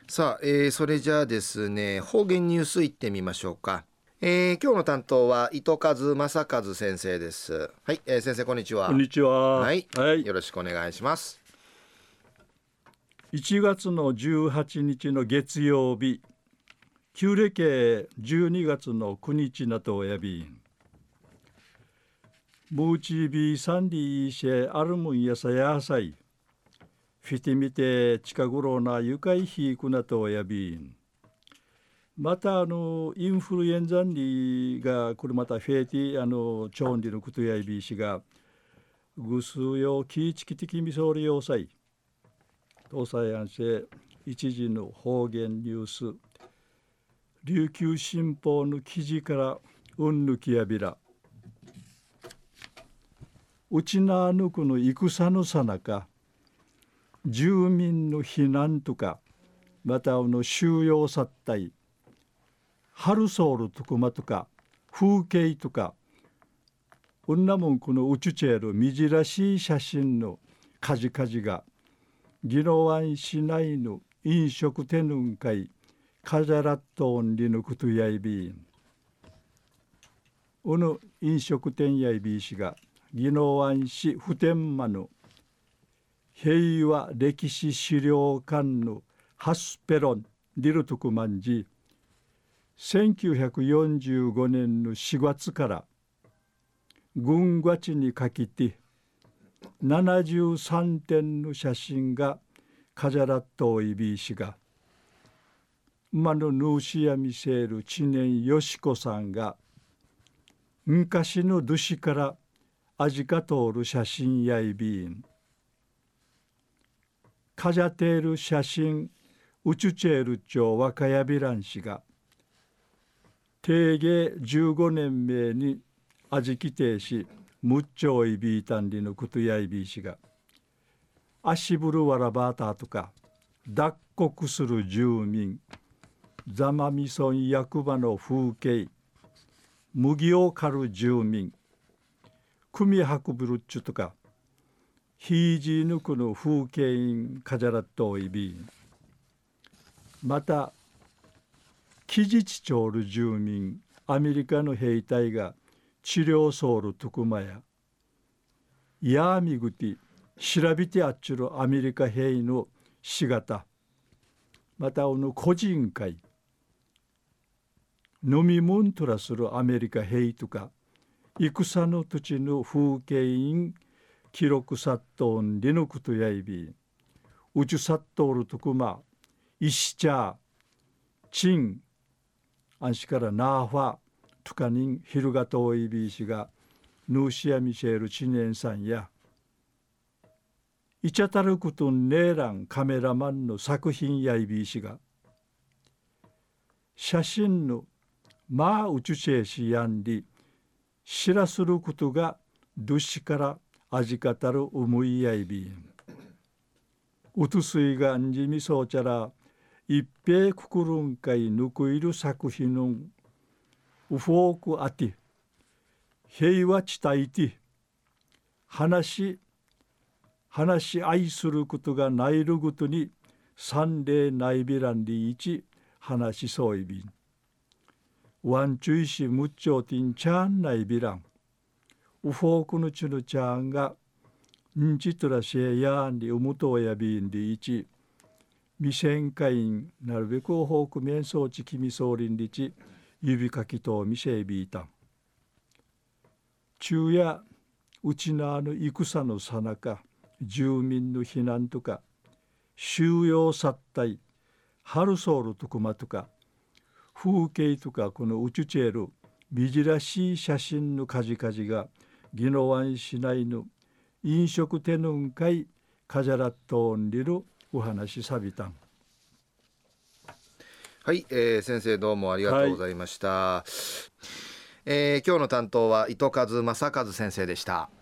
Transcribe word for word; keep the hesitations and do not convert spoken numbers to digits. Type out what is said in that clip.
さあ、えーそれじゃあですね、方言ニュースいってみましょうか。えー今日の担当は糸数正和先生です。はい、えー先生こんにちは。 こんにちは。 はい、 はい。 よろしくお願いします。 いちがつのじゅうはちにちの月曜日、旧暦じゅうにがつのくにちなとおやびん。ムーチビサンディーシェアルムンやさやさい。フィティミテ近頃なゆかいひくなとおやびん。またあのインフルエンザにがこれまたフェーティあのチョンリのことやいびしがぐすよきいちき的みそうり要塞東西安市一時の方言ニュース琉球新報の記事からうんぬきやびらうちなぬくの戦のさなか住民の避難とかまたあの収容殺退ハルソールとくまとか風景とかうんなもんこのうちちえるみじらしい写真のかじかじが宜野湾市内の飲食店のんかいカジャラットオンリのことやいびんうぬ飲食店やいびいしが宜野湾市普天間の平和歴史資料館のハスペロンリルトクマンジせんきゅうひゃくよんじゅうごねんのしがつから軍がちにかけてななじゅうさんてんの写真がカジャラットイビー氏が馬のヌーシヤミセール知念よしこさんが昔のドゥシから味が通る写真やいびんカジャテール写真ウチュチェール町若やびらん氏が定芸じゅうごねんめに味規定しむっちょいびいたんりのことやいびいしが足ぶるわらばたとか脱穀する住民ザマミソン役場の風景麦を刈る住民組運ぶるっちゅとかヒージーヌクの風景員カジャラットイビンまたキジチチョール住民アメリカの兵隊が治療ソウルトクマやヤーミグティ調べてあっちゅるアメリカ兵のしがたまたおの個人会飲み物とらするアメリカ兵とか戦の土地の風景員記録殺到んりのことやいび宇宙殺到るとくま石茶チンあんしからナーファとかにんひるがといびしがヌーシヤミシェル知念さんやいちゃたることんねえらんカメラマンの作品やいびしが写真のまあうちちえしやんり知らすることがどしから味かたる思いやいびんうとすいがんじみそうちゃら一平くくるんかいぬくいる作品のうフォークあて平和地帯て話話し愛することがないるごとに三例ないびらんりいち話しそういびんワンチュイシムッチョティンチャンないびらんウフォークのチュルチャンがんちとらしえやんりうむとやびんりいち未戦会員なるべくウフォーク面相地君総林りち指かきとみせびいたん昼夜うちなあの戦のさなか住民の避難とか収容殺退ハルソールとくまとか風景とかこのうちちえるみじらしい写真のかじかじが宜野湾市内の飲食店のんかいカジャラットンリルお話さびたんはい、えー先生どうもありがとうございました。 はい、 えー今日の担当は糸数正和先生でした。